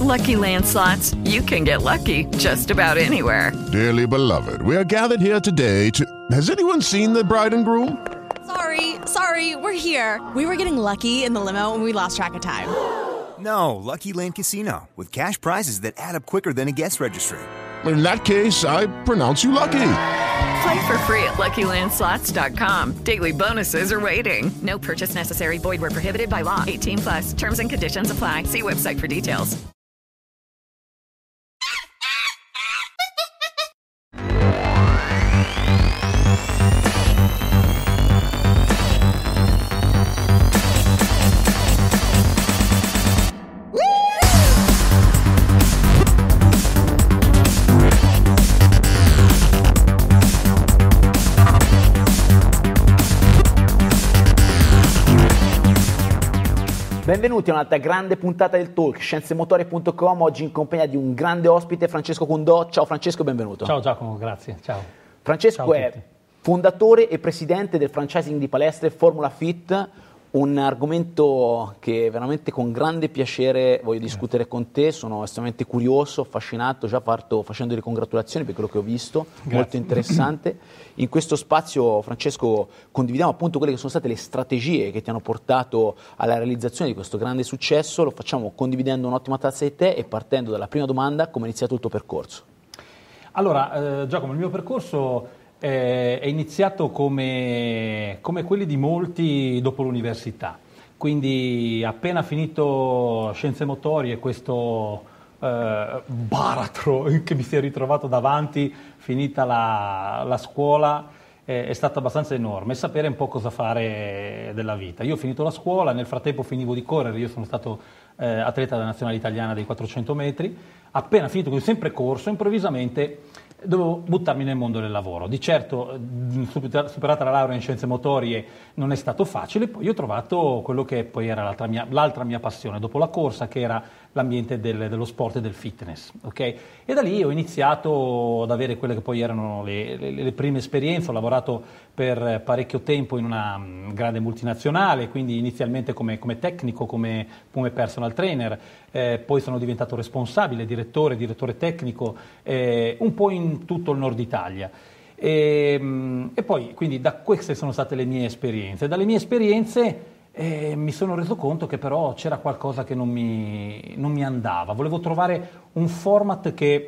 Lucky Land Slots, you can get lucky just about anywhere. Dearly beloved, we are gathered here today to... Has anyone seen the bride and groom? Sorry, we're here. We were getting lucky in the limo and we lost track of time. No, Lucky Land Casino, with cash prizes that add up quicker than a guest registry. In that case, I pronounce you lucky. Play for free at LuckyLandSlots.com. Daily bonuses are waiting. No purchase necessary. Void where prohibited by law. 18+. Terms and conditions apply. See website for details. Benvenuti a un'altra grande puntata del Talk, scienzemotorie.com, oggi in compagnia di un grande ospite, Francesco Cundò. Ciao Francesco, benvenuto. Ciao Giacomo, grazie. Ciao. Francesco Ciao è fondatore e presidente del franchising di palestre Formula Fit, un argomento che veramente con grande piacere voglio discutere con te, sono estremamente curioso, affascinato, già facendo le congratulazioni per quello che ho visto, Grazie. Molto interessante. In questo spazio, Francesco, condividiamo appunto quelle che sono state le strategie che ti hanno portato alla realizzazione di questo grande successo, lo facciamo condividendo un'ottima tazza di tè e partendo dalla prima domanda, come è iniziato il tuo percorso? Allora, Giacomo, il mio percorso è iniziato come quelli di molti dopo l'università, quindi appena finito Scienze Motorie, questo baratro che mi si è ritrovato davanti, finita la scuola, è stato abbastanza enorme, sapere un po' cosa fare della vita. Io ho finito la scuola, nel frattempo finivo di correre, io sono stato atleta della nazionale italiana dei 400 metri, appena finito, quindi sempre corso, improvvisamente dovevo buttarmi nel mondo del lavoro. Di certo, superata la laurea in scienze motorie, non è stato facile, poi ho trovato quello che poi era l'altra mia passione, dopo la corsa, che era l'ambiente dello sport e del fitness. Okay? E da lì ho iniziato ad avere quelle che poi erano le prime esperienze, ho lavorato per parecchio tempo in una grande multinazionale, quindi inizialmente come tecnico, come personal trainer, poi sono diventato responsabile, direttore tecnico, un po' in tutto il nord Italia. E poi, quindi, da queste sono state le mie esperienze. Dalle mie esperienze mi sono reso conto che però c'era qualcosa che non mi andava. Volevo trovare un format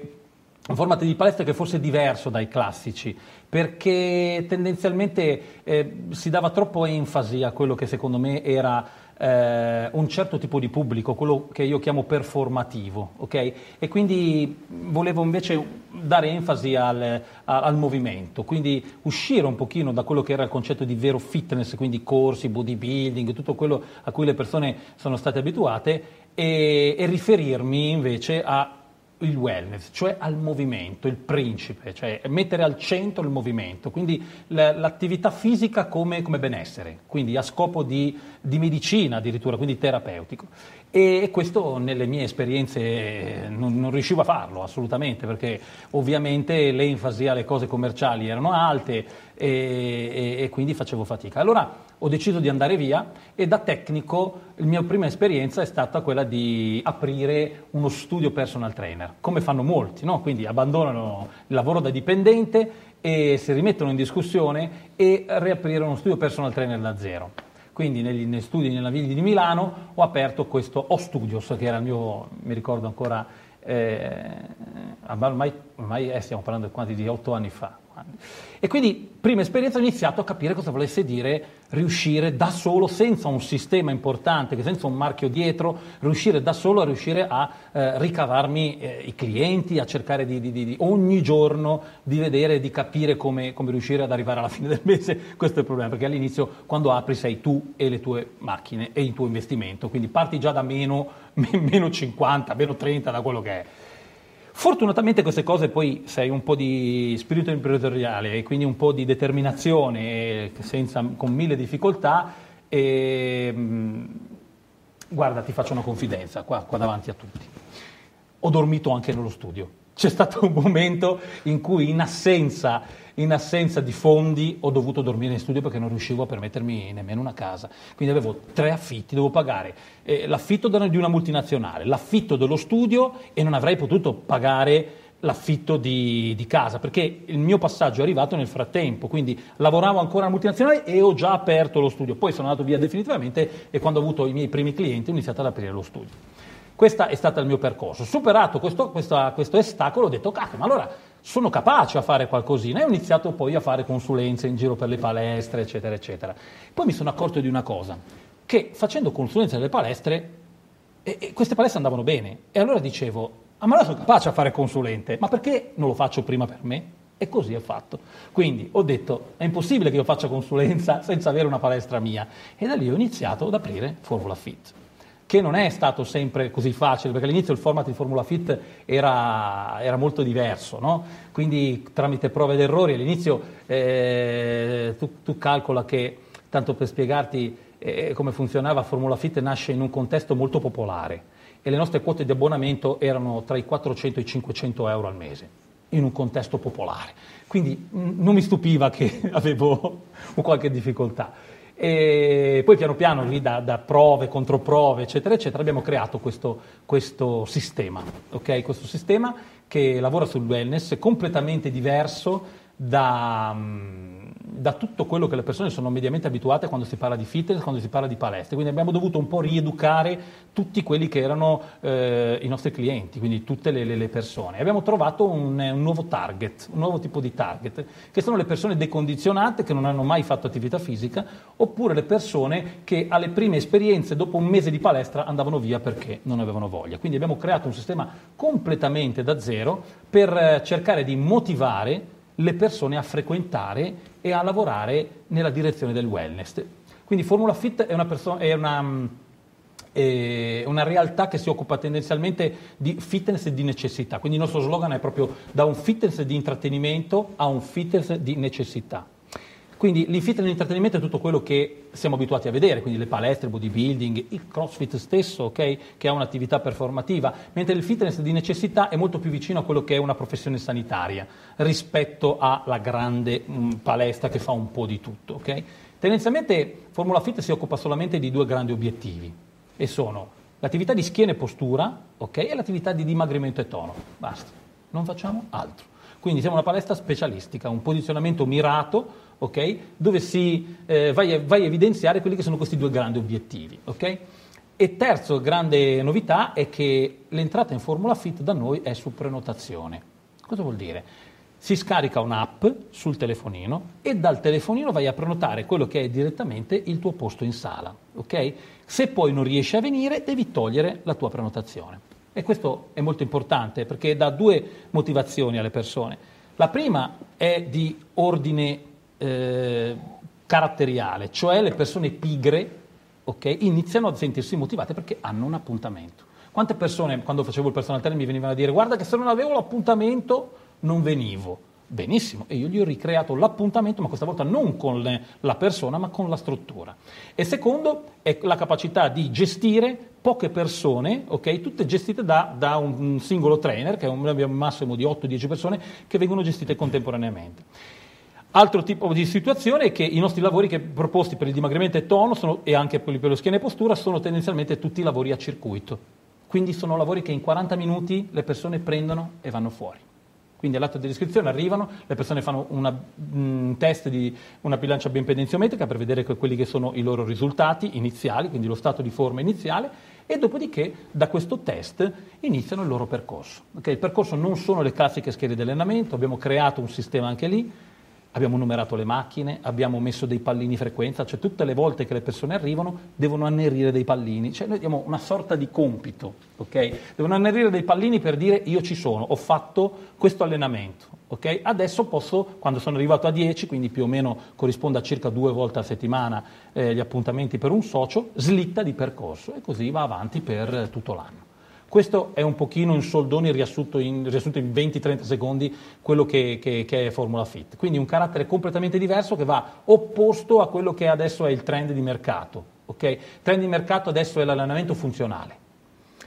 di palestra che fosse diverso dai classici, perché tendenzialmente si dava troppo enfasi a quello che secondo me era un certo tipo di pubblico, quello che io chiamo performativo, ok? E quindi volevo invece dare enfasi al movimento, quindi uscire un pochino da quello che era il concetto di vero fitness, quindi corsi, bodybuilding, tutto quello a cui le persone sono state abituate, e riferirmi invece il wellness, cioè al movimento, il principe, cioè mettere al centro il movimento, quindi l'attività fisica come benessere, quindi a scopo di medicina addirittura, quindi terapeutico. E questo nelle mie esperienze non riuscivo a farlo assolutamente, perché ovviamente l'enfasi alle cose commerciali erano alte e quindi facevo fatica. Allora ho deciso di andare via e da tecnico la mia prima esperienza è stata quella di aprire uno studio personal trainer, come fanno molti, no? Quindi abbandonano il lavoro da dipendente e si rimettono in discussione e riaprire uno studio personal trainer da zero. Quindi negli studi nella Vigli di Milano ho aperto questo O-Studios, che era il mio, mi ricordo ancora, ormai stiamo parlando quasi di 8 anni fa. E quindi, prima esperienza, ho iniziato a capire cosa volesse dire riuscire da solo, senza un sistema importante, senza un marchio dietro, riuscire da solo a ricavarmi i clienti, a cercare di ogni giorno di vedere, di capire come riuscire ad arrivare alla fine del mese. Questo è il problema, perché all'inizio, quando apri, sei tu e le tue macchine e il tuo investimento, quindi parti già da meno 50, meno 30 da quello che è. Fortunatamente queste cose poi sei un po' di spirito imprenditoriale e quindi un po' di determinazione, con 1000 difficoltà, guarda, ti faccio una confidenza qua davanti a tutti. Ho dormito anche nello studio, C'è stato un momento in cui in assenza di fondi ho dovuto dormire in studio perché non riuscivo a permettermi nemmeno una casa. Quindi avevo 3 affitti, dovevo pagare l'affitto di una multinazionale, l'affitto dello studio e non avrei potuto pagare l'affitto di casa, perché il mio passaggio è arrivato nel frattempo, quindi lavoravo ancora alla multinazionale e ho già aperto lo studio. Poi sono andato via definitivamente e quando ho avuto i miei primi clienti ho iniziato ad aprire lo studio. Questo è stato il mio percorso. Superato questo ostacolo ho detto, cacchio, ma allora sono capace a fare qualcosina e ho iniziato poi a fare consulenze in giro per le palestre, eccetera, eccetera. Poi mi sono accorto di una cosa, che facendo consulenze nelle palestre, queste palestre andavano bene e allora dicevo, ma allora sono capace a fare consulente, ma perché non lo faccio prima per me? E così è fatto. Quindi ho detto, è impossibile che io faccia consulenza senza avere una palestra mia e da lì ho iniziato ad aprire Formula Fit, che non è stato sempre così facile, perché all'inizio il format di Formula Fit era molto diverso, no? Quindi tramite prove ed errori all'inizio tu calcola che, tanto per spiegarti come funzionava, Formula Fit nasce in un contesto molto popolare e le nostre quote di abbonamento erano tra i 400 e i 500 euro al mese, in un contesto popolare. Quindi non mi stupiva che avevo qualche difficoltà. E poi piano piano lì da prove, controprove, eccetera, eccetera, abbiamo creato questo sistema, ok? Questo sistema che lavora sul wellness, completamente diverso da tutto quello che le persone sono mediamente abituate quando si parla di fitness, quando si parla di palestre. Quindi abbiamo dovuto un po' rieducare tutti quelli che erano i nostri clienti, quindi tutte le persone. Abbiamo trovato un nuovo target, un nuovo tipo di target, che sono le persone decondizionate che non hanno mai fatto attività fisica, oppure le persone che alle prime esperienze, dopo un mese di palestra, andavano via perché non avevano voglia. Quindi abbiamo creato un sistema completamente da zero per cercare di motivare le persone a frequentare e a lavorare nella direzione del wellness. Quindi Formula Fit è una realtà che si occupa tendenzialmente di fitness di necessità, quindi il nostro slogan è proprio da un fitness di intrattenimento a un fitness di necessità. Quindi il fitness di intrattenimento è tutto quello che siamo abituati a vedere, quindi le palestre, il bodybuilding, il crossfit stesso, okay, che ha un'attività performativa, mentre il fitness di necessità è molto più vicino a quello che è una professione sanitaria rispetto alla grande palestra che fa un po' di tutto. Okay? Tendenzialmente Formula Fit si occupa solamente di 2 grandi obiettivi e sono l'attività di schiena e postura, okay, e l'attività di dimagrimento e tono. Basta, non facciamo altro. Quindi siamo una palestra specialistica, un posizionamento mirato, okay, dove si vai a evidenziare quelli che sono questi 2 grandi obiettivi. Okay? E terzo grande novità è che l'entrata in Formula Fit da noi è su prenotazione. Cosa vuol dire? Si scarica un'app sul telefonino e dal telefonino vai a prenotare quello che è direttamente il tuo posto in sala. Okay? Se poi non riesci a venire, devi togliere la tua prenotazione. E questo è molto importante perché dà 2 motivazioni alle persone. La prima è di ordine caratteriale, cioè le persone pigre, okay, iniziano a sentirsi motivate perché hanno un appuntamento. Quante persone, quando facevo il personal trainer, mi venivano a dire guarda che se non avevo l'appuntamento non venivo. Benissimo, e io gli ho ricreato l'appuntamento, ma questa volta non con la persona, ma con la struttura. E secondo è la capacità di gestire poche persone, okay, tutte gestite da un singolo trainer, che abbiamo un massimo di 8-10 persone che vengono gestite contemporaneamente. Altro tipo di situazione è che i nostri lavori che proposti per il dimagrimento e tono e anche quelli per lo schiena e postura sono tendenzialmente tutti lavori a circuito. Quindi sono lavori che in 40 minuti le persone prendono e vanno fuori. Quindi all'atto di iscrizione arrivano, le persone fanno un test di una bilancia bioimpedenziometrica per vedere quelli che sono i loro risultati iniziali, quindi lo stato di forma iniziale, e dopodiché da questo test iniziano il loro percorso. Okay? Il percorso non sono le classiche schede di allenamento, abbiamo creato un sistema anche lì, abbiamo numerato le macchine, abbiamo messo dei pallini frequenza, cioè tutte le volte che le persone arrivano devono annerire dei pallini, cioè noi diamo una sorta di compito, ok? Devono annerire dei pallini per dire io ci sono, ho fatto questo allenamento, ok? Adesso posso, quando sono arrivato a 10, quindi più o meno corrisponde a circa 2 volte a settimana gli appuntamenti per un socio, slitta di percorso e così va avanti per tutto l'anno. Questo è un pochino in soldoni riassunto in 20-30 secondi quello che è Formula Fit. Quindi un carattere completamente diverso che va opposto a quello che adesso è il trend di mercato. Okay? Il trend di mercato adesso è l'allenamento funzionale.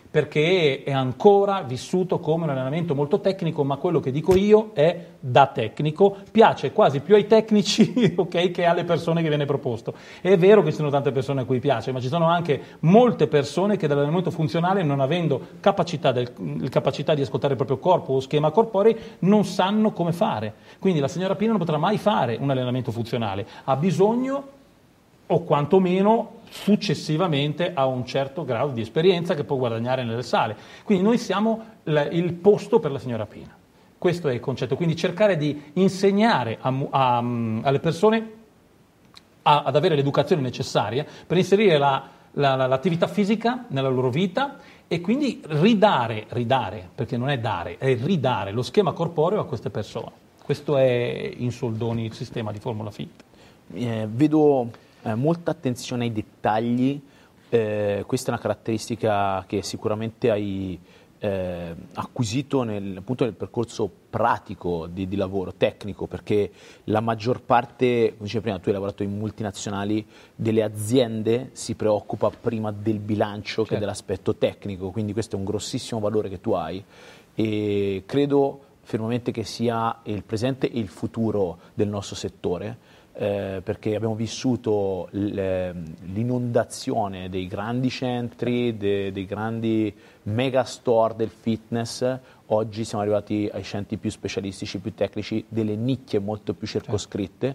perché è ancora vissuto come un allenamento molto tecnico, ma quello che dico io è da tecnico, piace quasi più ai tecnici okay, che alle persone che viene proposto. È vero che ci sono tante persone a cui piace, ma ci sono anche molte persone che dall'allenamento funzionale, non avendo capacità di ascoltare il proprio corpo o schema corporei, non sanno come fare. Quindi la signora Pina non potrà mai fare un allenamento funzionale, ha bisogno, o quantomeno successivamente a un certo grado di esperienza che può guadagnare nelle sale. Quindi noi siamo il posto per la signora Pina. Questo è il concetto. Quindi cercare di insegnare alle persone ad avere l'educazione necessaria per inserire l'attività fisica nella loro vita e quindi ridare, perché non è dare, è ridare lo schema corporeo a queste persone. Questo è in soldoni il sistema di Formula Fit. Vedo molta attenzione ai dettagli, questa è una caratteristica che sicuramente hai acquisito appunto nel percorso pratico di lavoro, tecnico, perché la maggior parte, come dicevo prima, tu hai lavorato in multinazionali, delle aziende si preoccupa prima del bilancio che dell'aspetto tecnico, quindi questo è un grossissimo valore che tu hai e credo fermamente che sia il presente e il futuro del nostro settore. Perché abbiamo vissuto l'inondazione dei grandi centri, dei grandi megastore del fitness. Oggi siamo arrivati ai centri più specialistici, più tecnici, delle nicchie molto più circoscritte.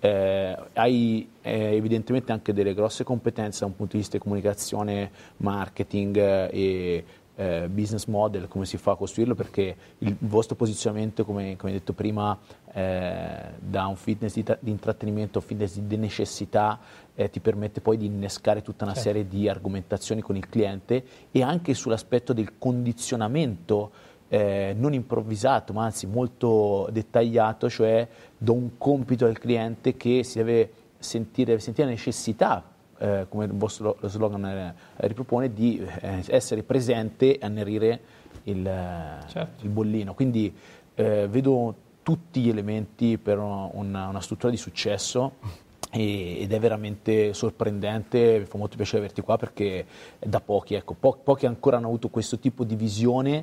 Hai evidentemente anche delle grosse competenze da un punto di vista di comunicazione, marketing e business model, come si fa a costruirlo, perché il vostro posizionamento, come detto prima, da un fitness di intrattenimento a un fitness di necessità ti permette poi di innescare tutta una serie di argomentazioni con il cliente e anche sull'aspetto del condizionamento non improvvisato, ma anzi molto dettagliato, cioè do un compito al cliente che si deve sentire la necessità, come il vostro lo slogan ripropone, di essere presente e annerire il bollino. Quindi vedo tutti gli elementi per una struttura di successo ed è veramente sorprendente, mi fa molto piacere averti qua perché da pochi, pochi ancora hanno avuto questo tipo di visione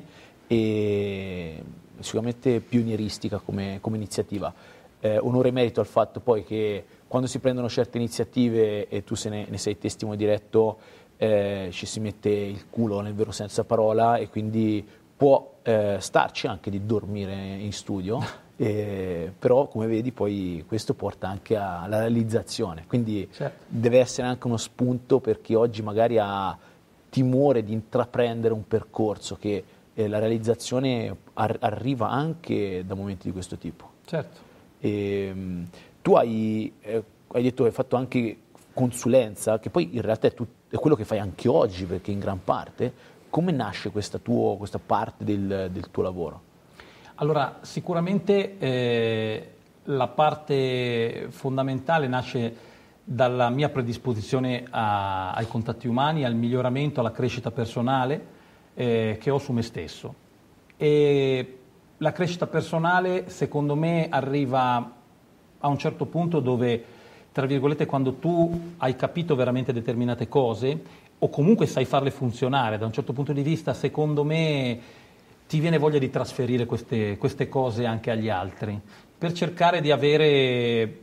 e sicuramente pionieristica come iniziativa. Onore e merito al fatto poi che quando si prendono certe iniziative e tu ne sei testimone diretto, ci si mette il culo nel vero senso della parola e quindi può starci anche di dormire in studio, però come vedi poi questo porta anche alla realizzazione, quindi deve essere anche uno spunto per chi oggi magari ha timore di intraprendere un percorso, che la realizzazione arriva anche da momenti di questo tipo. Certo. Tu hai detto che hai fatto anche consulenza, che poi in realtà è quello che fai anche oggi, perché in gran parte. Come nasce questa parte del tuo lavoro? Allora, sicuramente la parte fondamentale nasce dalla mia predisposizione ai contatti umani, al miglioramento, alla crescita personale che ho su me stesso. E la crescita personale, secondo me, arriva a un certo punto dove, tra virgolette, quando tu hai capito veramente determinate cose o comunque sai farle funzionare da un certo punto di vista, secondo me ti viene voglia di trasferire queste cose anche agli altri, per cercare di avere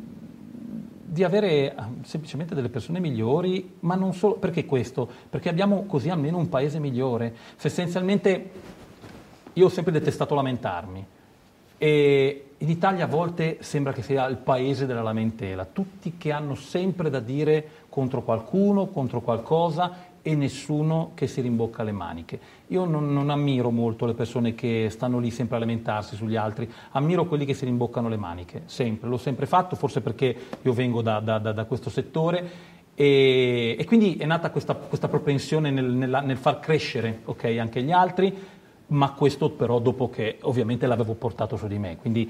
semplicemente delle persone migliori, ma non solo. Perché questo? Perché abbiamo così almeno un paese migliore. Se essenzialmente io ho sempre detestato lamentarmi e in Italia a volte sembra che sia il paese della lamentela, tutti che hanno sempre da dire contro qualcuno, contro qualcosa e nessuno che si rimbocca le maniche. Io non ammiro molto le persone che stanno lì sempre a lamentarsi sugli altri, ammiro quelli che si rimboccano le maniche, sempre, l'ho sempre fatto, forse perché io vengo da questo settore e quindi è nata questa propensione nel far crescere anche gli altri, ma questo però dopo che ovviamente l'avevo portato su di me, quindi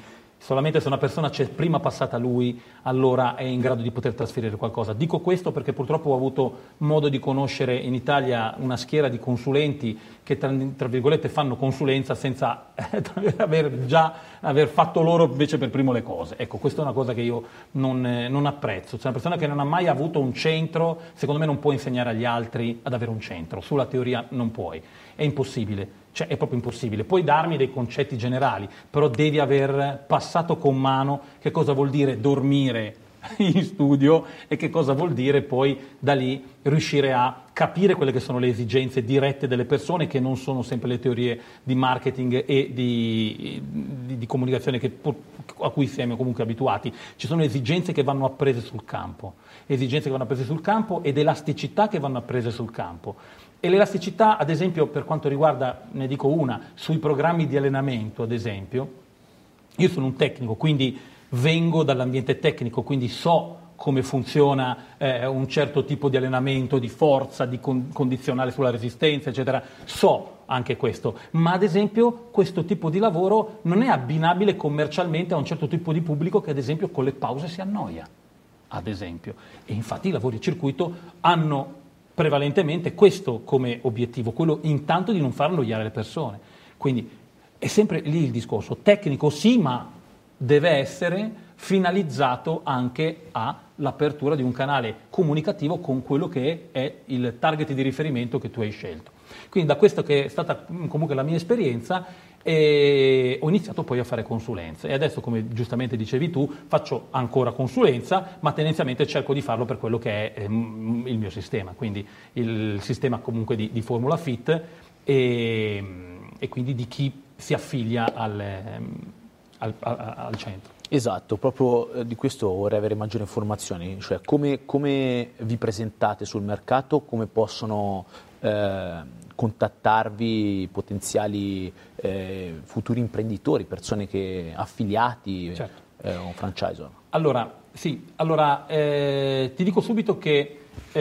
Solamente se una persona c'è prima passata a lui, allora è in grado di poter trasferire qualcosa. Dico questo perché purtroppo ho avuto modo di conoscere in Italia una schiera di consulenti che tra virgolette fanno consulenza senza aver fatto loro invece per primo le cose. Ecco, questa è una cosa che io non apprezzo. C'è una persona che non ha mai avuto un centro, secondo me non può insegnare agli altri ad avere un centro. Sulla teoria non puoi, è impossibile. Cioè è proprio impossibile, puoi darmi dei concetti generali, però devi aver passato con mano che cosa vuol dire dormire in studio e che cosa vuol dire poi da lì riuscire a capire quelle che sono le esigenze dirette delle persone, che non sono sempre le teorie di marketing e di comunicazione a cui siamo comunque abituati. Ci sono esigenze che vanno apprese sul campo, ed elasticità che vanno apprese sul campo. E l'elasticità, ad esempio, per quanto riguarda, ne dico una, sui programmi di allenamento, ad esempio, io sono un tecnico, quindi vengo dall'ambiente tecnico, quindi so come funziona un certo tipo di allenamento, di forza, di condizionale sulla resistenza, eccetera. So anche questo, ma ad esempio questo tipo di lavoro non è abbinabile commercialmente a un certo tipo di pubblico che ad esempio con le pause si annoia, ad esempio. E infatti i lavori a circuito hanno prevalentemente questo come obiettivo, quello intanto di non far annoiare le persone. Quindi è sempre lì il discorso, tecnico sì, ma deve essere finalizzato anche all'apertura di un canale comunicativo con quello che è il target di riferimento che tu hai scelto. Quindi da questo, che è stata comunque la mia esperienza, ho iniziato poi a fare consulenze e adesso, come giustamente dicevi tu, faccio ancora consulenza, ma tendenzialmente cerco di farlo per quello che è il mio sistema, quindi il sistema comunque di Formula Fit e quindi di chi si affiglia al centro. Esatto, proprio di questo vorrei avere maggiori informazioni, cioè come vi presentate sul mercato, come possono contattarvi potenziali futuri imprenditori, persone affiliati, certo. Un franchisor. Allora, sì, ti dico subito che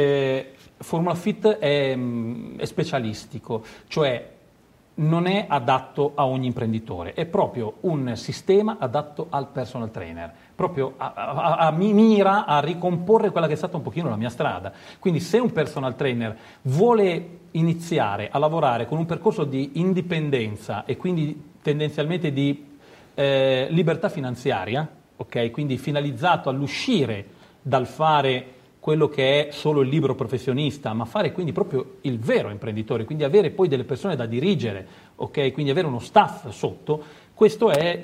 Formula Fit è specialistico, cioè non è adatto a ogni imprenditore, è proprio un sistema adatto al personal trainer, proprio mira a ricomporre quella che è stata un pochino la mia strada. Quindi se un personal trainer vuole iniziare a lavorare con un percorso di indipendenza e quindi tendenzialmente di libertà finanziaria, ok? Quindi finalizzato all'uscire dal fare quello che è solo il libero professionista, ma fare quindi proprio il vero imprenditore, quindi avere poi delle persone da dirigere, ok? Quindi avere uno staff sotto, questo è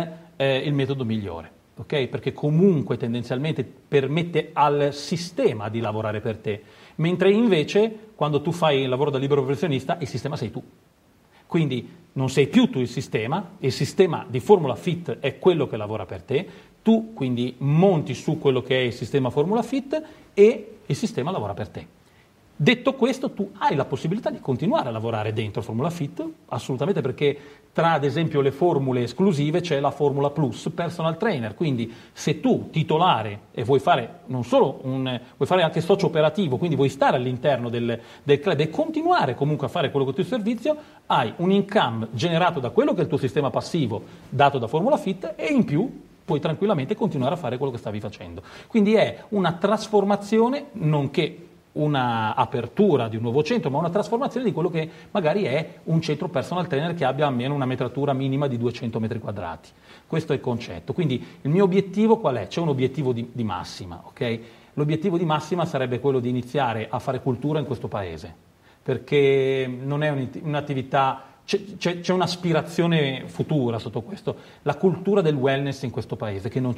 il metodo migliore, ok? Perché comunque tendenzialmente permette al sistema di lavorare per te, mentre invece quando tu fai il lavoro da libero professionista il sistema sei tu. Quindi non sei più tu il sistema di Formula Fit è quello che lavora per te, tu quindi monti su quello che è il sistema Formula Fit e il sistema lavora per te. Detto questo, tu hai la possibilità di continuare a lavorare dentro Formula Fit, assolutamente, perché tra ad esempio le formule esclusive c'è la Formula Plus Personal Trainer, quindi se tu titolare e vuoi fare non solo vuoi fare anche socio operativo, quindi vuoi stare all'interno del club e continuare comunque a fare quello che è il tuo servizio, hai un income generato da quello che è il tuo sistema passivo dato da Formula Fit e in più puoi tranquillamente continuare a fare quello che stavi facendo. Quindi è una trasformazione, nonché una apertura di un nuovo centro, ma una trasformazione di quello che magari è un centro personal trainer che abbia almeno una metratura minima di 200 metri quadrati. Questo è il concetto. Quindi il mio obiettivo qual è? C'è un obiettivo di massima, ok? L'obiettivo di massima sarebbe quello di iniziare a fare cultura in questo paese, perché non è un'attività. C'è un'aspirazione futura sotto questo, la cultura del wellness in questo paese, che non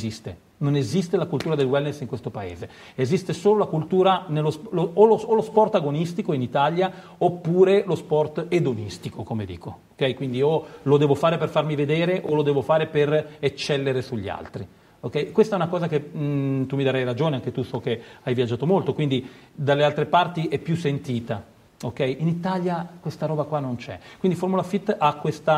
esiste la cultura del wellness in questo paese, esiste solo la cultura o lo sport agonistico in Italia oppure lo sport edonistico, come dico, okay? Quindi o lo devo fare per farmi vedere o lo devo fare per eccellere sugli altri. Okay? Questa è una cosa che tu mi darai ragione, anche tu so che hai viaggiato molto, quindi dalle altre parti è più sentita. Okay? In Italia questa roba qua non c'è, quindi Formula Fit ha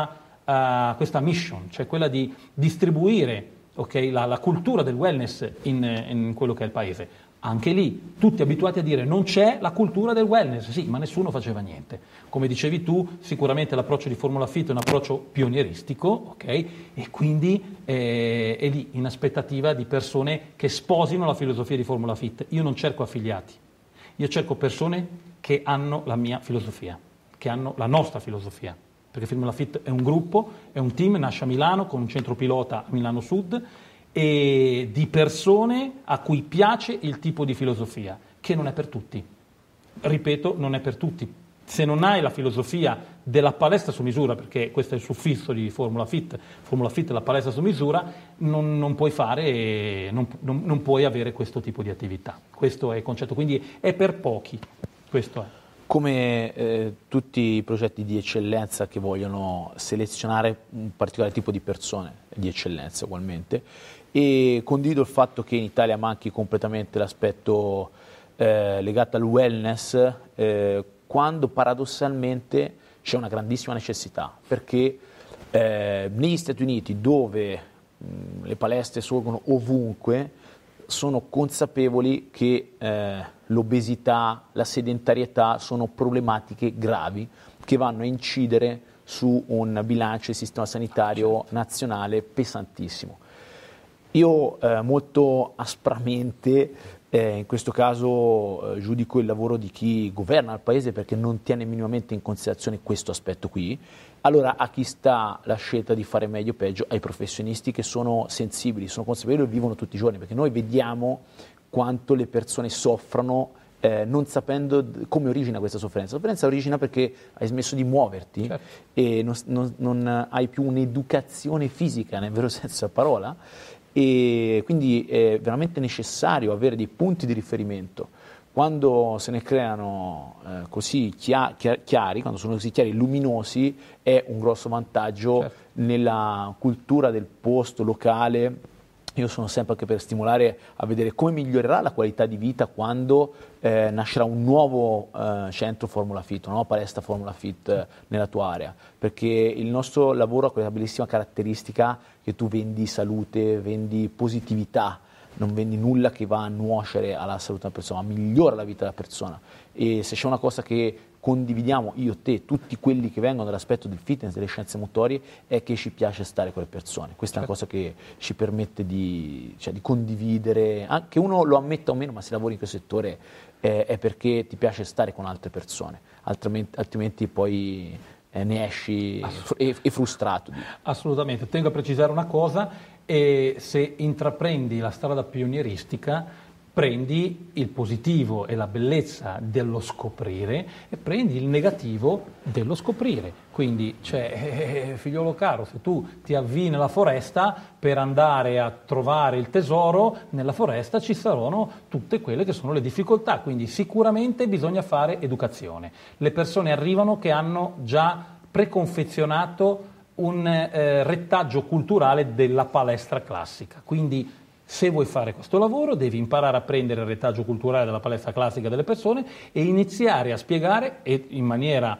questa mission, cioè quella di distribuire, okay, la cultura del wellness in quello che è il paese. Anche lì, tutti abituati a dire non c'è la cultura del wellness, sì, ma nessuno faceva niente. Come dicevi tu, sicuramente l'approccio di Formula Fit è un approccio pionieristico, ok? E quindi è lì in aspettativa di persone che sposino la filosofia di Formula Fit. Io non cerco affiliati, io cerco persone che hanno la mia filosofia, che hanno la nostra filosofia. Perché Formula Fit è un gruppo, è un team, nasce a Milano con un centro pilota a Milano Sud, e di persone a cui piace il tipo di filosofia, che non è per tutti. Ripeto, non è per tutti. Se non hai la filosofia della palestra su misura, perché questo è il suffisso di Formula Fit è la palestra su misura, non puoi fare, non puoi avere questo tipo di attività. Questo è il concetto, quindi è per pochi, questo è. Come tutti i progetti di eccellenza che vogliono selezionare un particolare tipo di persone di eccellenza ugualmente, e condivido il fatto che in Italia manchi completamente l'aspetto legato al wellness, quando paradossalmente c'è una grandissima necessità, perché negli Stati Uniti, dove le palestre sorgono ovunque, sono consapevoli che l'obesità, la sedentarietà sono problematiche gravi che vanno a incidere su un bilancio del sistema sanitario nazionale pesantissimo. Io molto aspramente in questo caso giudico il lavoro di chi governa il paese, perché non tiene minimamente in considerazione questo aspetto qui. Allora a chi sta la scelta di fare meglio o peggio? Ai professionisti che sono sensibili, sono consapevoli e vivono tutti i giorni, perché noi vediamo quanto le persone soffrono non sapendo come origina questa sofferenza. La sofferenza origina perché hai smesso di muoverti, certo, e non hai più un'educazione fisica nel vero senso della parola, e quindi è veramente necessario avere dei punti di riferimento. Quando se ne creano così chiari, quando sono così chiari e luminosi, è un grosso vantaggio, certo, nella cultura del posto locale. Io sono sempre anche per stimolare a vedere come migliorerà la qualità di vita quando nascerà un nuovo centro Formula Fit, una nuova palestra Formula Fit nella tua area, perché il nostro lavoro ha quella bellissima caratteristica che tu vendi salute, vendi positività, non vendi nulla che va a nuocere alla salute della persona, ma migliora la vita della persona. E se c'è una cosa che condividiamo io, te, tutti quelli che vengono dall'aspetto del fitness, delle scienze motorie, è che ci piace stare con le persone. Questa è una cosa che ci permette di condividere, anche uno lo ammetta o meno, ma se lavori in questo settore è perché ti piace stare con altre persone, altrimenti poi ne esci e frustrato. Assolutamente, tengo a precisare una cosa, se intraprendi la strada pionieristica, prendi il positivo e la bellezza dello scoprire e prendi il negativo dello scoprire. Quindi, figliolo caro, se tu ti avvii nella foresta per andare a trovare il tesoro, nella foresta ci saranno tutte quelle che sono le difficoltà, quindi sicuramente bisogna fare educazione. Le persone arrivano che hanno già preconfezionato un retaggio culturale della palestra classica, quindi se vuoi fare questo lavoro devi imparare a prendere il retaggio culturale della palestra classica delle persone e iniziare a spiegare in maniera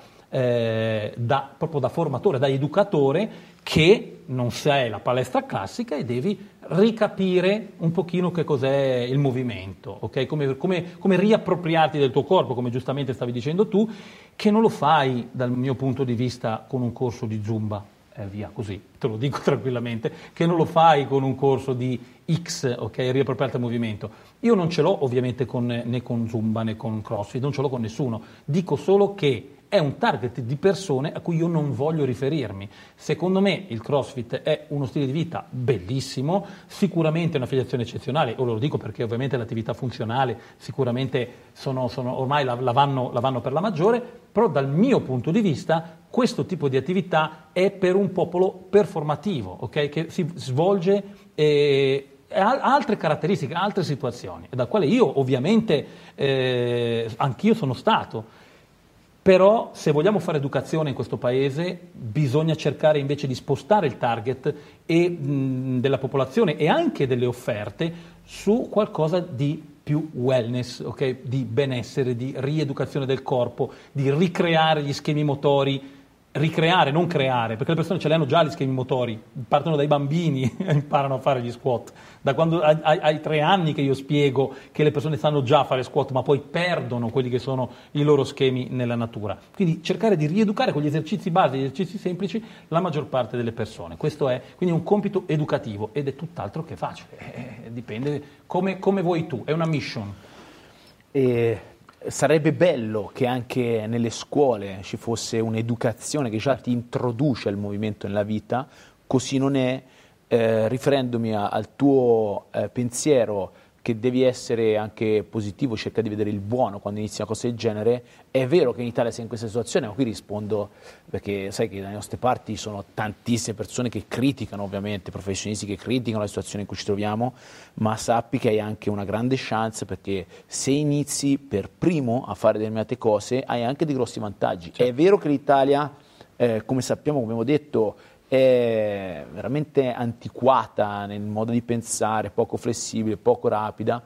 proprio da formatore, da educatore, che non sei la palestra classica e devi ricapire un pochino che cos'è il movimento, okay? Come riappropriarti del tuo corpo, come giustamente stavi dicendo tu, che non lo fai dal mio punto di vista con un corso di Zumba. Via così, te lo dico tranquillamente, che non lo fai con un corso di X, ok, riappropriarti al movimento. Io non ce l'ho ovviamente né con Zumba né con CrossFit, non ce l'ho con nessuno, dico solo che è un target di persone a cui io non voglio riferirmi. Secondo me il CrossFit è uno stile di vita bellissimo, sicuramente è un'affiliazione eccezionale, o lo dico perché ovviamente l'attività funzionale sicuramente ormai la vanno per la maggiore, però dal mio punto di vista questo tipo di attività è per un popolo performativo, okay? Che si svolge ha altre caratteristiche, altre situazioni, da quale io ovviamente anch'io sono stato. Però se vogliamo fare educazione in questo paese bisogna cercare invece di spostare il target della popolazione e anche delle offerte su qualcosa di più wellness, okay? Di benessere, di rieducazione del corpo, di ricreare gli schemi motori ricreare, non creare, perché le persone ce li hanno già gli schemi motori, partono dai bambini e imparano a fare gli squat. Da quando ai 3 anni che io spiego che le persone sanno già fare squat, ma poi perdono quelli che sono i loro schemi nella natura. Quindi cercare di rieducare con gli esercizi base, gli esercizi semplici, la maggior parte delle persone. Questo è quindi un compito educativo ed è tutt'altro che facile. Dipende come vuoi tu, è una mission. Sarebbe bello che anche nelle scuole ci fosse un'educazione che già ti introduce al movimento nella vita, così non è, riferendomi al tuo pensiero che devi essere anche positivo, cerca di vedere il buono quando inizi una cosa del genere. È vero che in Italia sei in questa situazione, ma qui rispondo perché sai che dalle nostre parti sono tantissime persone che criticano, ovviamente, professionisti che criticano la situazione in cui ci troviamo, ma sappi che hai anche una grande chance, perché se inizi per primo a fare determinate cose hai anche dei grossi vantaggi. Certo. È vero che l'Italia, come sappiamo, come abbiamo detto, è veramente antiquata nel modo di pensare, poco flessibile, poco rapida,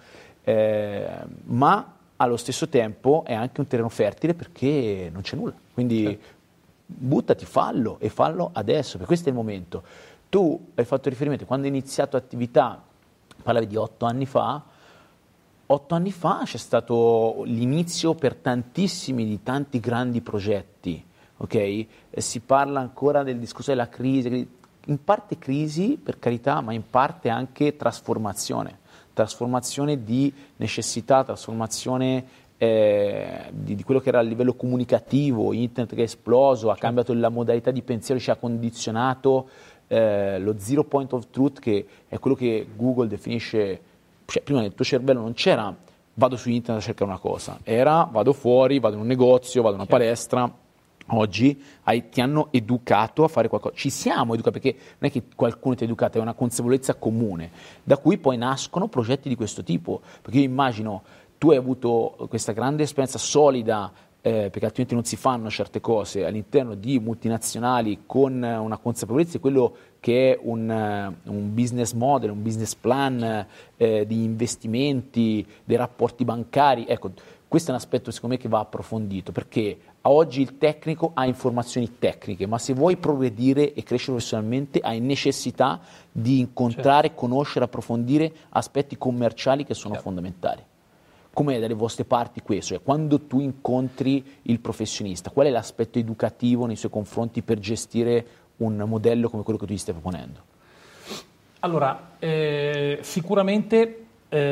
ma allo stesso tempo è anche un terreno fertile perché non c'è nulla. Quindi buttati, fallo e fallo adesso, perché questo è il momento. Tu hai fatto riferimento, quando hai iniziato attività, parlavi di 8 anni fa, 8 anni fa c'è stato l'inizio per tantissimi di tanti grandi progetti. Ok? Si parla ancora del discorso della crisi, in parte crisi per carità, ma in parte anche trasformazione di necessità, trasformazione di quello che era a livello comunicativo, internet che è esploso, ha cambiato la modalità di pensiero, ci ha condizionato lo zero point of truth, che è quello che Google definisce, cioè prima nel tuo cervello non c'era vado su internet a cercare una cosa, era vado fuori, vado in un negozio, vado in una palestra. Oggi ti hanno educato a fare qualcosa, ci siamo educati, perché non è che qualcuno ti ha educato, è una consapevolezza comune, da cui poi nascono progetti di questo tipo, perché io immagino tu hai avuto questa grande esperienza solida, perché altrimenti non si fanno certe cose all'interno di multinazionali con una consapevolezza di quello che è un business model, un business plan di investimenti, dei rapporti bancari. Ecco, questo è un aspetto secondo me che va approfondito, perché a oggi il tecnico ha informazioni tecniche, ma se vuoi progredire e crescere professionalmente hai necessità di incontrare, conoscere, approfondire aspetti commerciali che sono fondamentali. Come dalle vostre parti questo? Cioè, quando tu incontri il professionista, qual è l'aspetto educativo nei suoi confronti per gestire un modello come quello che tu gli stai proponendo? Allora, sicuramente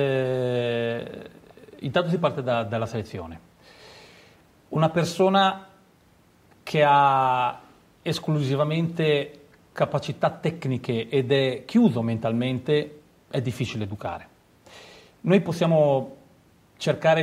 intanto si parte dalla selezione. Una persona che ha esclusivamente capacità tecniche ed è chiuso mentalmente è difficile educare. Noi possiamo cercare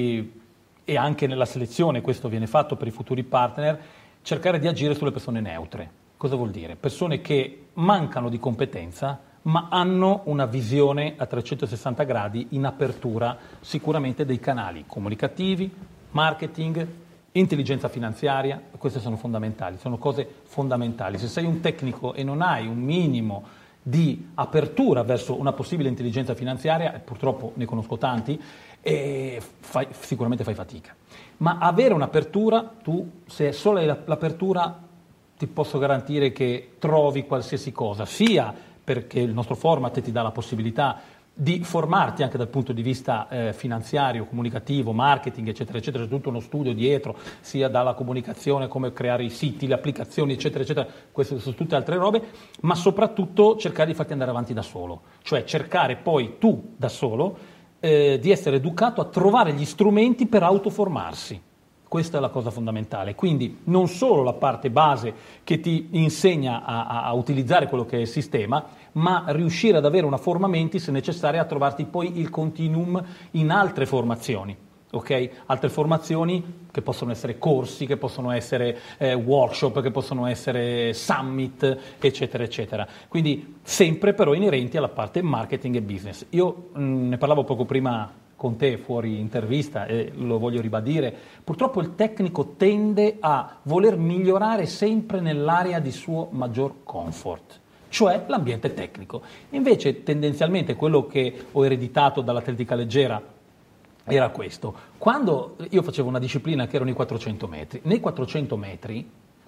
e anche nella selezione questo viene fatto per i futuri partner, cercare di agire sulle persone neutre. Cosa vuol dire? Persone che mancano di competenza ma hanno una visione a 360 gradi in apertura sicuramente dei canali comunicativi, marketing, intelligenza finanziaria. Queste sono fondamentali, sono cose fondamentali. Se sei un tecnico e non hai un minimo di apertura verso una possibile intelligenza finanziaria, e purtroppo ne conosco tanti, sicuramente fai fatica. Ma avere un'apertura, se solo hai l'apertura, ti posso garantire che trovi qualsiasi cosa, sia perché il nostro format ti dà la possibilità di formarti anche dal punto di vista finanziario, comunicativo, marketing, eccetera, eccetera. C'è tutto uno studio dietro, sia dalla comunicazione, come creare i siti, le applicazioni, eccetera, eccetera. Queste sono tutte altre robe, ma soprattutto cercare di farti andare avanti da solo. Cioè cercare poi tu, da solo, di essere educato a trovare gli strumenti per autoformarsi. Questa è la cosa fondamentale. Quindi non solo la parte base che ti insegna a utilizzare quello che è il sistema, ma riuscire ad avere una formamenti, se necessario, a trovarti poi il continuum in altre formazioni. Okay? Altre formazioni che possono essere corsi, che possono essere workshop, che possono essere summit, eccetera, eccetera. Quindi sempre però inerenti alla parte marketing e business. Io ne parlavo poco prima con te fuori intervista e lo voglio ribadire, purtroppo il tecnico tende a voler migliorare sempre nell'area di suo maggior comfort, cioè l'ambiente tecnico. Invece tendenzialmente quello che ho ereditato dall'atletica leggera era questo. Quando io facevo una disciplina che erano i 400 metri, nei 400 metri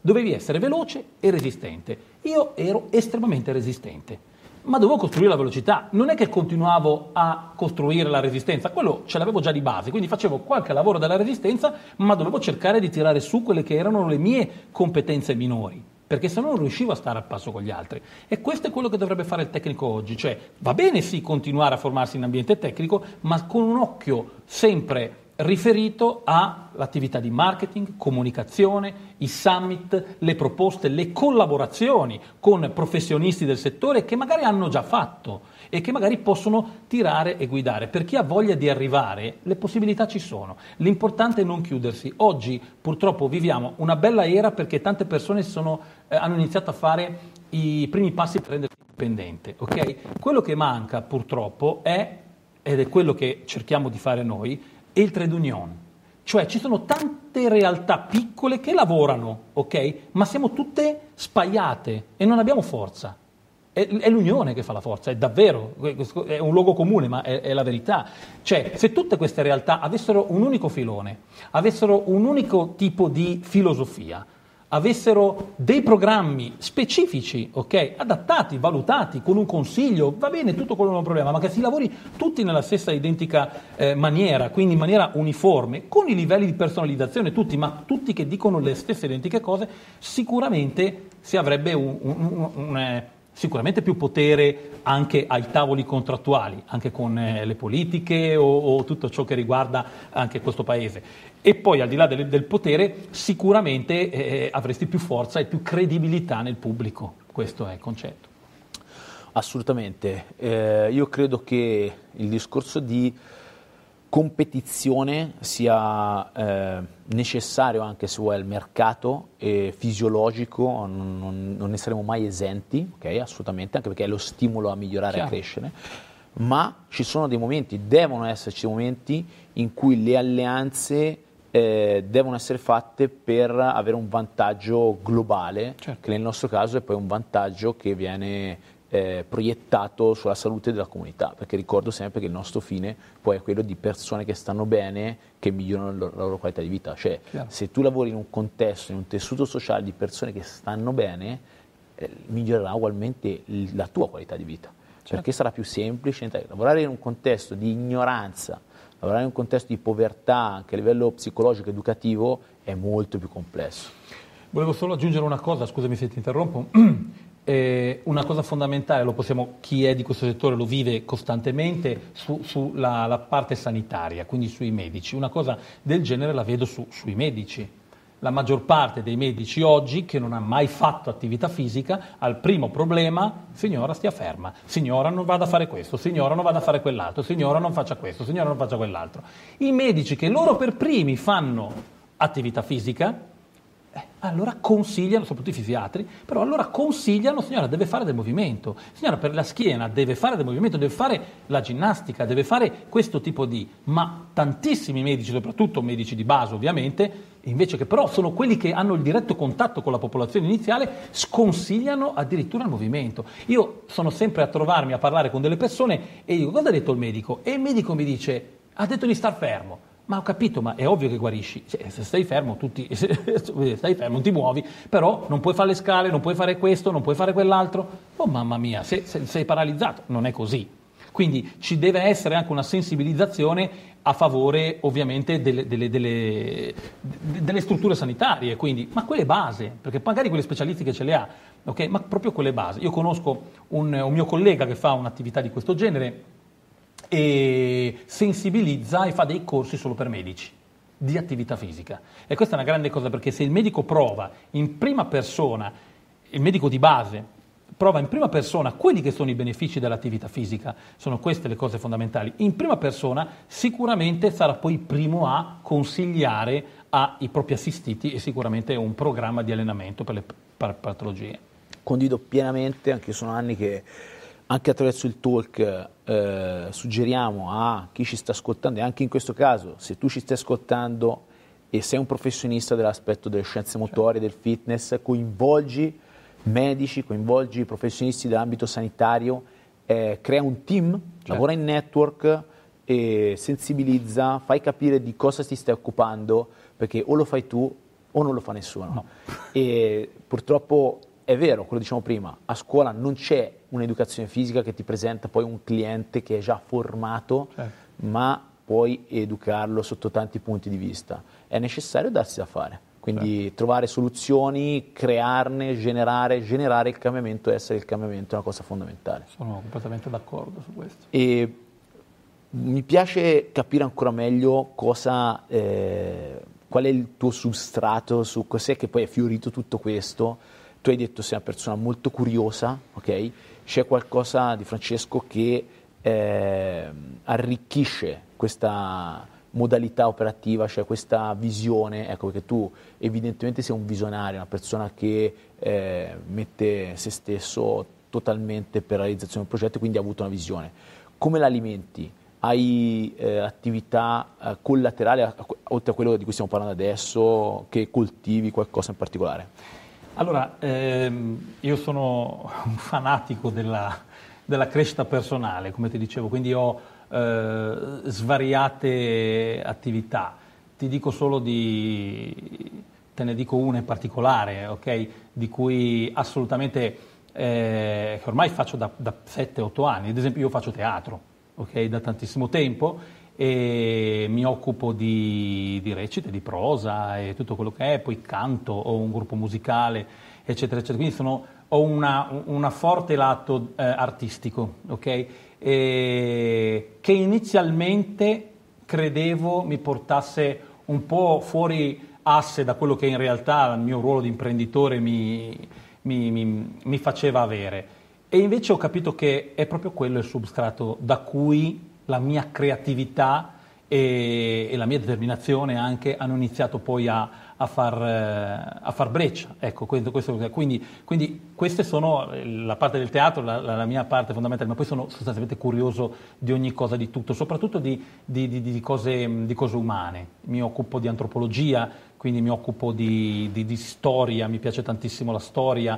dovevi essere veloce e resistente. Io ero estremamente resistente, ma dovevo costruire la velocità, non è che continuavo a costruire la resistenza, quello ce l'avevo già di base, quindi facevo qualche lavoro della resistenza, ma dovevo cercare di tirare su quelle che erano le mie competenze minori, perché se no non riuscivo a stare al passo con gli altri. E questo è quello che dovrebbe fare il tecnico oggi, cioè va bene sì continuare a formarsi in ambiente tecnico, ma con un occhio sempre riferito all'attività di marketing, comunicazione, i summit, le proposte, le collaborazioni con professionisti del settore che magari hanno già fatto e che magari possono tirare e guidare. Per chi ha voglia di arrivare, le possibilità ci sono. L'importante è non chiudersi. Oggi purtroppo viviamo una bella era perché tante persone hanno iniziato a fare i primi passi per rendersi indipendente. Okay? Quello che manca purtroppo ed è quello che cerchiamo di fare noi, e il trade union, cioè ci sono tante realtà piccole che lavorano, ok? Ma siamo tutte spaiate e non abbiamo forza. È l'unione che fa la forza, è davvero, è un luogo comune, ma è la verità. Cioè, se tutte queste realtà avessero un unico filone, avessero un unico tipo di filosofia, avessero dei programmi specifici, ok, adattati, valutati, con un consiglio, va bene, tutto quello non è un problema, ma che si lavori tutti nella stessa identica maniera, quindi in maniera uniforme, con i livelli di personalizzazione tutti, ma tutti che dicono le stesse identiche cose, sicuramente si avrebbe sicuramente più potere anche ai tavoli contrattuali, anche con le politiche o tutto ciò che riguarda anche questo paese. E poi al di là del potere sicuramente avresti più forza e più credibilità nel pubblico, questo è il concetto. Assolutamente, io credo che il discorso di competizione sia necessario anche se vuoi al mercato, fisiologico, non ne saremo mai esenti, okay? Assolutamente, anche perché è lo stimolo a migliorare e a crescere, ma ci sono dei momenti, devono esserci momenti in cui le alleanze devono essere fatte per avere un vantaggio globale, che nel nostro caso è poi un vantaggio che viene proiettato sulla salute della comunità, perché ricordo sempre che il nostro fine poi è quello di persone che stanno bene, che migliorano la loro qualità di vita, cioè se tu lavori in un contesto, in un tessuto sociale di persone che stanno bene, migliorerà ugualmente la tua qualità di vita, perché sarà più semplice. Lavorare in un contesto di ignoranza, lavorare in un contesto di povertà anche a livello psicologico, educativo, è molto più complesso. Volevo solo aggiungere una cosa, scusami se ti interrompo. Una cosa fondamentale, chi è di questo settore lo vive costantemente, sulla parte sanitaria, quindi sui medici. Una cosa del genere la vedo sui medici. La maggior parte dei medici oggi che non ha mai fatto attività fisica, al primo problema, signora stia ferma, signora non vada a fare questo, signora non vada a fare quell'altro, signora non faccia questo, signora non faccia quell'altro. I medici che loro per primi fanno attività fisica, allora consigliano, soprattutto i fisiatri, però allora consigliano, signora deve fare del movimento, signora per la schiena deve fare del movimento, deve fare la ginnastica, deve fare questo tipo ma tantissimi medici, soprattutto medici di base ovviamente, invece che però sono quelli che hanno il diretto contatto con la popolazione iniziale, sconsigliano addirittura il movimento. Io sono sempre a trovarmi a parlare con delle persone e dico: cosa ha detto il medico? E il medico mi dice: ha detto di star fermo. Ma ho capito, ma è ovvio che guarisci, cioè, se stai fermo, stai fermo, non ti muovi, però non puoi fare le scale, non puoi fare questo, non puoi fare quell'altro. Oh mamma mia, sei paralizzato, non è così. Quindi ci deve essere anche una sensibilizzazione a favore ovviamente delle strutture sanitarie, quindi, ma quelle base, perché magari quelle specialistiche ce le ha, okay? Ma proprio quelle base. Io conosco un mio collega che fa un'attività di questo genere e sensibilizza e fa dei corsi solo per medici di attività fisica, e questa è una grande cosa, perché se il medico prova in prima persona, il medico di base prova in prima persona quelli che sono i benefici dell'attività fisica, sono queste le cose fondamentali, in prima persona sicuramente sarà poi il primo a consigliare ai propri assistiti e sicuramente un programma di allenamento per le patologie. Condivido pienamente, anche sono anni che anche attraverso il talk suggeriamo a chi ci sta ascoltando, e anche in questo caso, se tu ci stai ascoltando e sei un professionista dell'aspetto delle scienze motorie, del fitness, coinvolgi medici, coinvolgi professionisti dell'ambito sanitario, crea un team, lavora in network, sensibilizza, fai capire di cosa ti stai occupando, perché o lo fai tu o non lo fa nessuno. No. E purtroppo è vero, quello diciamo prima, a scuola non c'è un'educazione fisica che ti presenta poi un cliente che è già formato, ma puoi educarlo sotto tanti punti di vista. È necessario darsi da fare, quindi trovare soluzioni, crearne, generare il cambiamento, essere il cambiamento è una cosa fondamentale. Sono completamente d'accordo su questo. E mi piace capire ancora meglio qual è il tuo substrato, su cos'è che poi è fiorito tutto questo. Tu hai detto sei una persona molto curiosa, ok? C'è qualcosa di Francesco che arricchisce questa modalità operativa, cioè questa visione, ecco, perché tu evidentemente sei un visionario, una persona che mette se stesso totalmente per la realizzazione del progetto, quindi ha avuto una visione. Come l'alimenti? Hai attività collaterali, oltre a quello di cui stiamo parlando adesso, che coltivi qualcosa in particolare? Allora, io sono un fanatico della crescita personale, come ti dicevo, quindi ho svariate attività. Ti dico solo te ne dico una in particolare, ok? Di cui assolutamente, che ormai faccio da 7-8 anni. Ad esempio io faccio teatro, ok? Da tantissimo tempo, e mi occupo di recite, di prosa e tutto quello che è, poi canto, ho un gruppo musicale, eccetera, eccetera. Quindi ho una forte lato artistico, ok? Che inizialmente credevo mi portasse un po' fuori asse da quello che in realtà il mio ruolo di imprenditore mi faceva avere. E invece ho capito che è proprio quello il substrato da cui la mia creatività e la mia determinazione anche hanno iniziato poi a far breccia. Ecco, quindi queste sono la parte del teatro, la mia parte fondamentale, ma poi sono sostanzialmente curioso di ogni cosa, di tutto, soprattutto di cose umane. Mi occupo di antropologia, quindi mi occupo di storia, mi piace tantissimo la storia,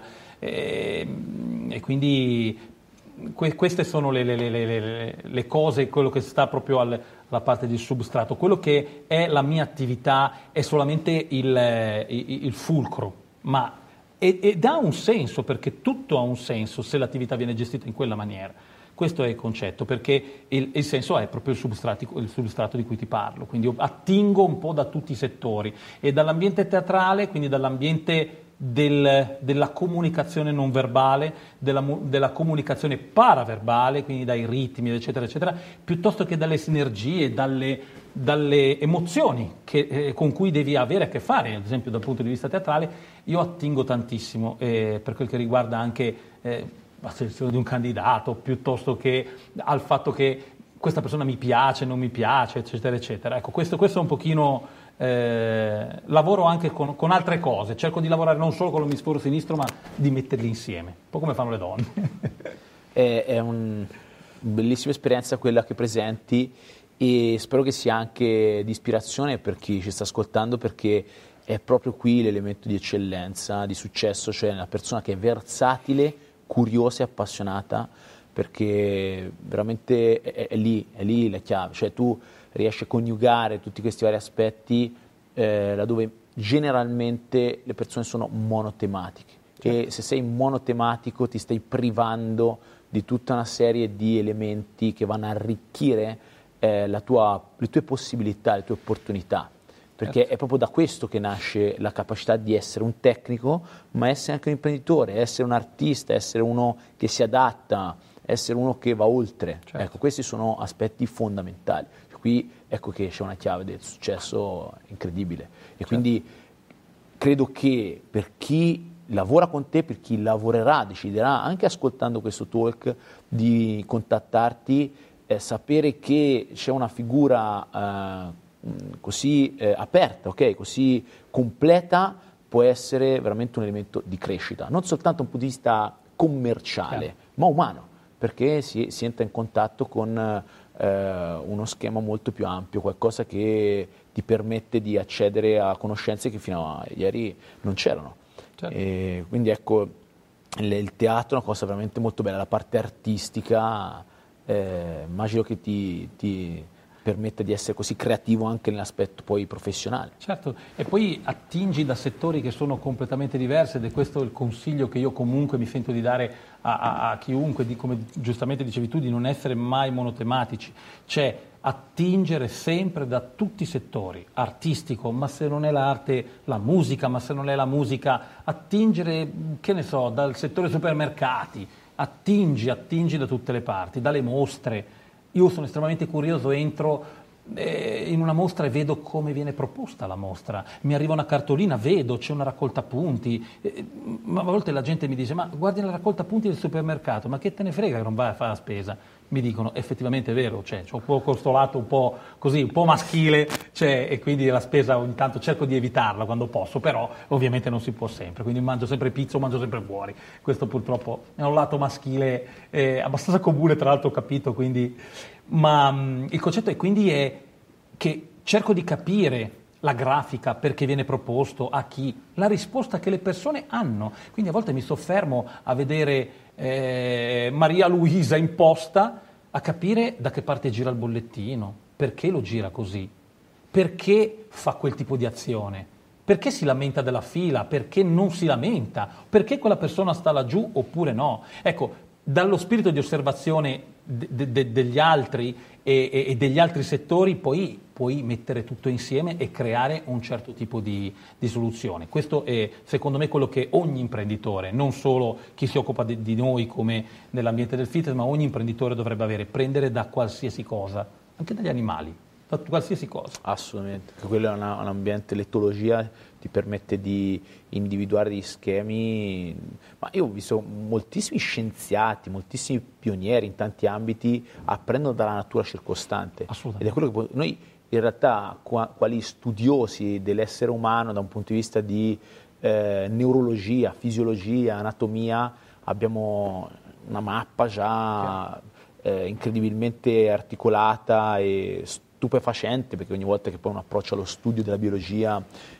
e quindi queste sono le cose, quello che sta proprio alla parte del substrato. Quello che è la mia attività è solamente il fulcro, ma ed ha un senso, perché tutto ha un senso se l'attività viene gestita in quella maniera. Questo è il concetto, perché il senso è proprio il substrato di cui ti parlo. Quindi io attingo un po' da tutti i settori, e dall'ambiente teatrale, quindi dall'ambiente della comunicazione non verbale, della comunicazione paraverbale, quindi dai ritmi, eccetera, eccetera, piuttosto che dalle sinergie, dalle emozioni con cui devi avere a che fare, ad esempio dal punto di vista teatrale. Io attingo tantissimo per quel che riguarda anche la selezione di un candidato, piuttosto che al fatto che questa persona mi piace, non mi piace, eccetera, eccetera. Ecco, questo è un pochino... lavoro anche con altre cose, cerco di lavorare non solo con l'emisfero sinistro, ma di metterli insieme, un po' come fanno le donne. È una bellissima esperienza quella che presenti, e spero che sia anche di ispirazione per chi ci sta ascoltando, perché è proprio qui l'elemento di eccellenza, di successo, cioè una persona che è versatile, curiosa e appassionata, perché veramente è lì la chiave, cioè tu riesci a coniugare tutti questi vari aspetti laddove generalmente le persone sono monotematiche. E se sei monotematico ti stai privando di tutta una serie di elementi che vanno a arricchire le tue possibilità, le tue opportunità, perché è proprio da questo che nasce la capacità di essere un tecnico, ma essere anche un imprenditore, essere un artista, essere uno che si adatta, essere uno che va oltre. Certo. Ecco, questi sono aspetti fondamentali. Qui ecco che c'è una chiave del successo incredibile. E certo. Quindi credo che per chi lavora con te, per chi lavorerà, deciderà, anche ascoltando questo talk, di contattarti, sapere che c'è una figura così aperta, okay? Così completa, può essere veramente un elemento di crescita, non soltanto da un punto di vista commerciale, ma umano, perché si entra in contatto con uno schema molto più ampio, qualcosa che ti permette di accedere a conoscenze che fino a ieri non c'erano. Certo. E quindi ecco, il teatro è una cosa veramente molto bella, la parte artistica, immagino che ti permetta di essere così creativo anche nell'aspetto poi professionale. Certo, e poi attingi da settori che sono completamente diversi ed è questo il consiglio che io comunque mi sento di dare a chiunque, come giustamente dicevi tu, di non essere mai monotematici, cioè attingere sempre da tutti i settori, artistico, ma se non è l'arte, la musica, ma se non è la musica, attingere, che ne so, dal settore supermercati, attingi da tutte le parti, dalle mostre. Io sono estremamente curioso, entro in una mostra e vedo come viene proposta la mostra, mi arriva una cartolina, vedo, c'è una raccolta punti, ma a volte la gente mi dice ma guardi la raccolta punti del supermercato, ma che te ne frega che non vai a fare la spesa? Mi dicono effettivamente è vero, c'è un po' questo lato un po' così, un po' maschile, e quindi la spesa ogni tanto cerco di evitarla quando posso, però ovviamente non si può sempre, quindi mangio sempre pizza o mangio sempre fuori, questo purtroppo è un lato maschile abbastanza comune, tra l'altro ho capito, quindi, ma il concetto è che cerco di capire la grafica, perché viene proposto, a chi, la risposta che le persone hanno. Quindi a volte mi soffermo a vedere Maria Luisa in posta, a capire da che parte gira il bollettino, perché lo gira così, perché fa quel tipo di azione, perché si lamenta della fila, perché non si lamenta, perché quella persona sta laggiù oppure no. Ecco, dallo spirito di osservazione degli altri e degli altri settori poi puoi mettere tutto insieme e creare un certo tipo di soluzione. Questo è secondo me quello che ogni imprenditore, non solo chi si occupa di noi come nell'ambiente del fitness, ma ogni imprenditore dovrebbe avere, prendere da qualsiasi cosa, anche dagli animali, da qualsiasi cosa. Assolutamente, quello è un ambiente, l'etologia ti permette di individuare degli schemi, ma io ho visto moltissimi scienziati, moltissimi pionieri in tanti ambiti apprendono dalla natura circostante, ed è quello che noi in realtà quali studiosi dell'essere umano da un punto di vista di neurologia, fisiologia, anatomia, abbiamo una mappa già incredibilmente articolata e stupefacente, perché ogni volta che poi uno approccia allo studio della biologia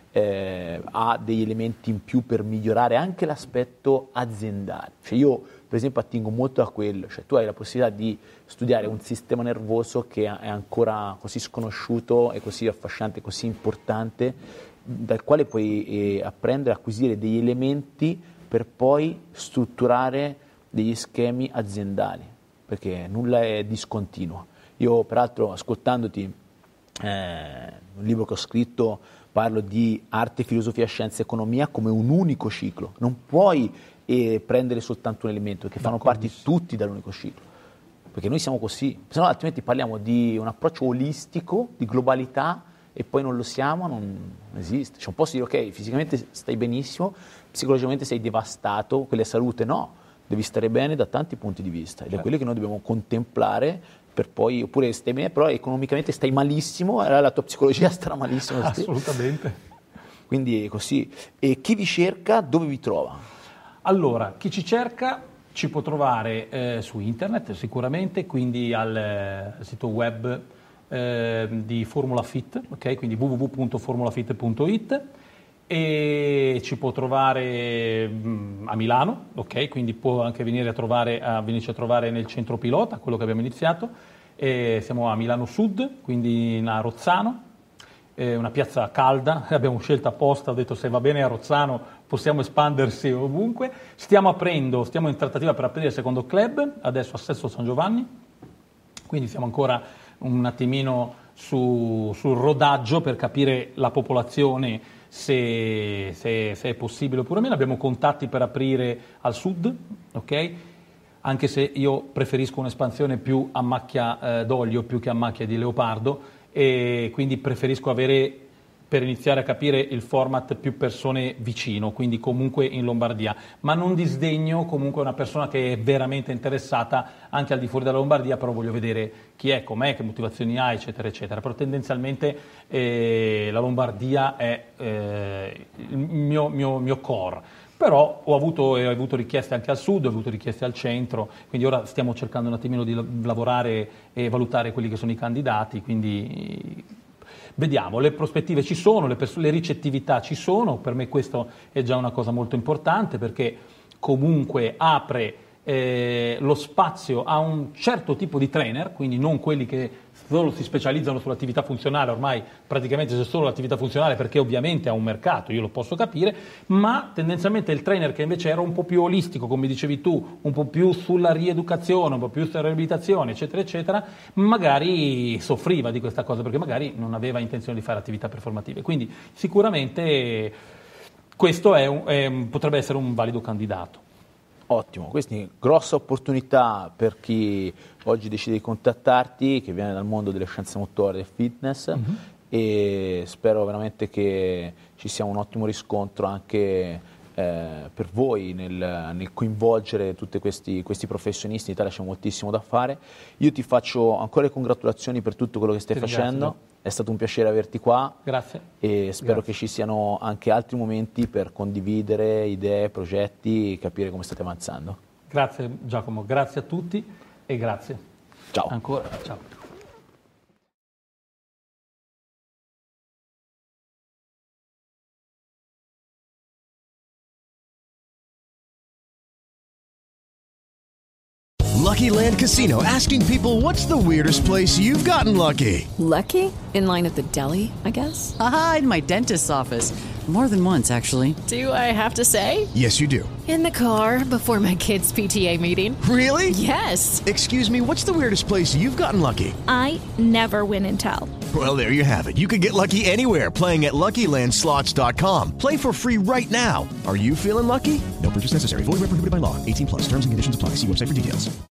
ha degli elementi in più per migliorare anche l'aspetto aziendale. Cioè io per esempio attingo molto da quello, cioè tu hai la possibilità di studiare un sistema nervoso che è ancora così sconosciuto e così affascinante, così importante, dal quale puoi apprendere, acquisire degli elementi per poi strutturare degli schemi aziendali, perché nulla è discontinuo. Io peraltro ascoltandoti un libro che ho scritto parlo di arte, filosofia, scienza, economia come un unico ciclo, non puoi prendere soltanto un elemento, perché fanno parte tutti dall'unico ciclo, perché noi siamo così, se no altrimenti parliamo di un approccio olistico, di globalità, e poi non lo siamo, non esiste. C'è un po' di dire ok, fisicamente stai benissimo, psicologicamente sei devastato, quella è salute, no, devi stare bene da tanti punti di vista, ed è quello che noi dobbiamo contemplare per poi, oppure stai bene, però economicamente stai malissimo, allora la tua psicologia starà malissimo. Assolutamente. Quindi è così. E chi vi cerca, dove vi trova? Allora, chi ci cerca ci può trovare su internet sicuramente, quindi al sito web di Formula Fit, ok? Quindi www.formulafit.it, e ci può trovare a Milano, ok? Quindi può anche venirci a trovare nel centro pilota, quello che abbiamo iniziato, siamo a Milano Sud, quindi a Rozzano, una piazza calda, abbiamo scelto apposta, ho detto se va bene a Rozzano possiamo espandersi ovunque, stiamo in trattativa per aprire il secondo club, adesso a Sesto San Giovanni, quindi siamo ancora un attimino sul rodaggio per capire la popolazione se è possibile oppure meno. Abbiamo contatti per aprire al sud, ok? Anche se io preferisco un'espansione più a macchia d'olio più che a macchia di leopardo, e quindi preferisco avere, per iniziare a capire, il format più persone vicino, quindi comunque in Lombardia, ma non disdegno comunque una persona che è veramente interessata anche al di fuori della Lombardia, però voglio vedere chi è, com'è, che motivazioni ha, eccetera, eccetera. Però tendenzialmente la Lombardia è il mio core. Però ho avuto richieste anche al sud, ho avuto richieste al centro, quindi ora stiamo cercando un attimino di lavorare e valutare quelli che sono i candidati, quindi vediamo, le prospettive ci sono, le ricettività ci sono, per me questo è già una cosa molto importante, perché comunque apre lo spazio a un certo tipo di trainer, quindi non quelli che solo si specializzano sull'attività funzionale, ormai praticamente c'è solo l'attività funzionale perché ovviamente ha un mercato, io lo posso capire, ma tendenzialmente il trainer che invece era un po' più olistico, come dicevi tu, un po' più sulla rieducazione, un po' più sulla riabilitazione, eccetera, eccetera, magari soffriva di questa cosa perché magari non aveva intenzione di fare attività performative. Quindi sicuramente questo potrebbe essere un valido candidato. Ottimo, questa è grossa opportunità per chi oggi decide di contattarti, che viene dal mondo delle scienze motorie e fitness, e spero veramente che ci sia un ottimo riscontro anche per voi nel coinvolgere tutti questi professionisti. In Italia c'è moltissimo da fare. Io ti faccio ancora le congratulazioni per tutto quello che stai facendo. È stato un piacere averti qua. Grazie. E spero che ci siano anche altri momenti per condividere idee, progetti e capire come state avanzando. Grazie Giacomo, grazie a tutti e grazie. Ciao. Ancora, ciao. Lucky Land Casino, asking people, what's the weirdest place you've gotten lucky? Lucky? In line at the deli, I guess? Aha, in my dentist's office. More than once, actually. Do I have to say? Yes, you do. In the car before my kids' PTA meeting. Really? Yes. Excuse me, what's the weirdest place you've gotten lucky? I never win and tell. Well, there you have it. You can get lucky anywhere, playing at LuckyLandSlots.com. Play for free right now. Are you feeling lucky? No purchase necessary. Void where prohibited by law. 18+. Terms and conditions apply. See website for details.